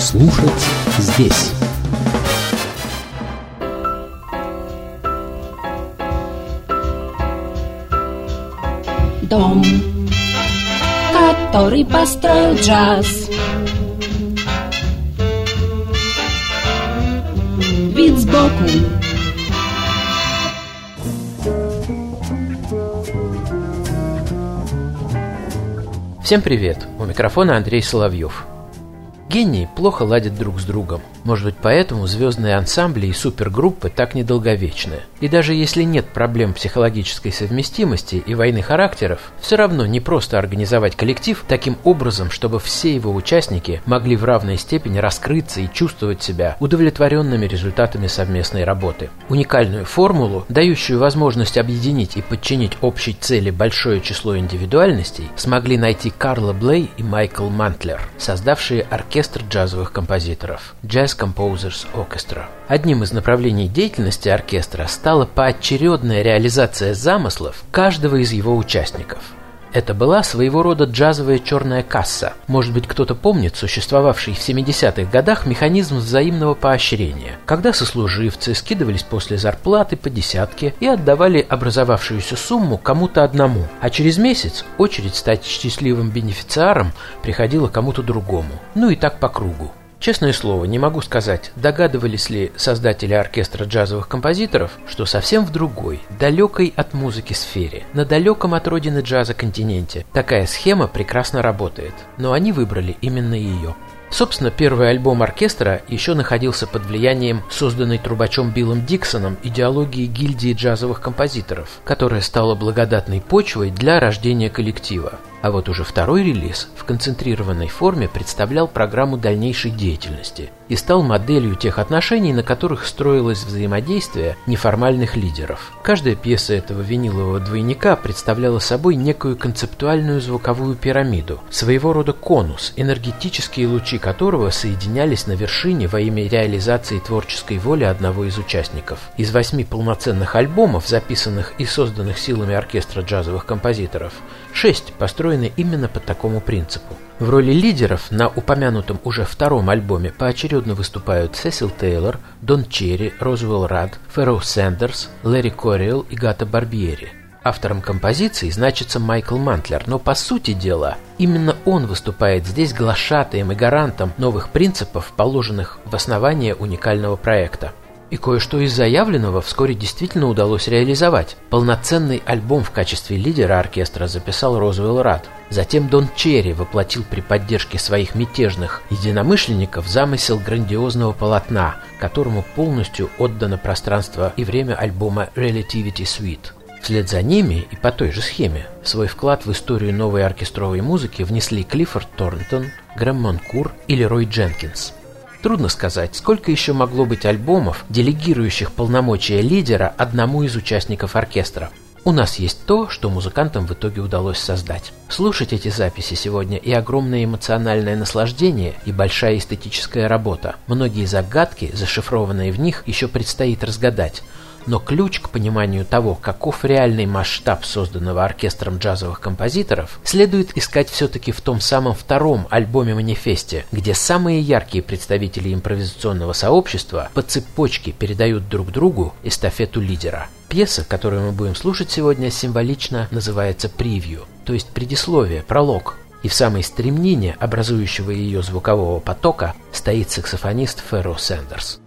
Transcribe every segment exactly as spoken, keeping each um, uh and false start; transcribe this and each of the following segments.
Слушать здесь. Дом, который построил джаз. Вид сбоку. Всем привет! У микрофона Андрей Соловьев. Гении плохо ладят друг с другом. Может быть, поэтому звездные ансамбли и супергруппы так недолговечны. И даже если нет проблем психологической совместимости и войны характеров, все равно не просто организовать коллектив таким образом, чтобы все его участники могли в равной степени раскрыться и чувствовать себя удовлетворенными результатами совместной работы. Уникальную формулу, дающую возможность объединить и подчинить общей цели большое число индивидуальностей, смогли найти Карла Блей и Майкл Мантлер, создавшие оркестр джазовых композиторов Jazz Composers Orchestra. Одним из направлений деятельности оркестра стала поочередная реализация замыслов каждого из его участников. Это была своего рода джазовая черная касса. Может быть, кто-то помнит существовавший в семидесятых годах механизм взаимного поощрения, когда сослуживцы скидывались после зарплаты по десятке и отдавали образовавшуюся сумму кому-то одному, а через месяц очередь стать счастливым бенефициаром приходила кому-то другому. Ну и так по кругу. Честное слово, не могу сказать, догадывались ли создатели оркестра джазовых композиторов, что совсем в другой, далекой от музыки сфере, на далеком от родины джаза континенте, такая схема прекрасно работает, но они выбрали именно ее. Собственно, первый альбом оркестра еще находился под влиянием созданной трубачом Биллом Диксоном идеологии гильдии джазовых композиторов, которая стала благодатной почвой для рождения коллектива. А вот уже второй релиз в концентрированной форме представлял программу дальнейшей деятельности и стал моделью тех отношений, на которых строилось взаимодействие неформальных лидеров. Каждая пьеса этого винилового двойника представляла собой некую концептуальную звуковую пирамиду, своего рода конус, энергетические лучи которого соединялись на вершине во имя реализации творческой воли одного из участников. Из восьми полноценных альбомов, записанных и созданных силами оркестра джазовых композиторов, шесть построены именно по такому принципу. В роли лидеров на упомянутом уже втором альбоме поочередно выступают Сесил Тейлор, Дон Черри, Розуэлл Радд, Фэрроу Сэндерс, Лэри Кориэл и Гато Барбьери. Автором композиции значится Майкл Мантлер, но по сути дела именно он выступает здесь глашатаем и гарантом новых принципов, положенных в основание уникального проекта. И кое-что из заявленного вскоре действительно удалось реализовать. Полноценный альбом в качестве лидера оркестра записал Розуэлл Радд. Затем Дон Черри воплотил при поддержке своих мятежных единомышленников замысел грандиозного полотна, которому полностью отдано пространство и время альбома Relativity Suite. Вслед за ними и по той же схеме свой вклад в историю новой оркестровой музыки внесли Клиффорд Торнтон, Грэм Монкур или Рой Дженкинс. Трудно сказать, сколько еще могло быть альбомов, делегирующих полномочия лидера одному из участников оркестра. У нас есть то, что музыкантам в итоге удалось создать. Слушать эти записи сегодня и огромное эмоциональное наслаждение, и большая эстетическая работа. Многие загадки, зашифрованные в них, еще предстоит разгадать. Но ключ к пониманию того, каков реальный масштаб созданного оркестром джазовых композиторов, следует искать все-таки в том самом втором альбоме-манифесте, где самые яркие представители импровизационного сообщества по цепочке передают друг другу эстафету лидера. Пьеса, которую мы будем слушать сегодня, символично называется «Превью», то есть предисловие, пролог. И в самой стремнине образующего ее звукового потока стоит саксофонист Фэрроу Сэндерс.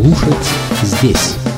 Слушать здесь.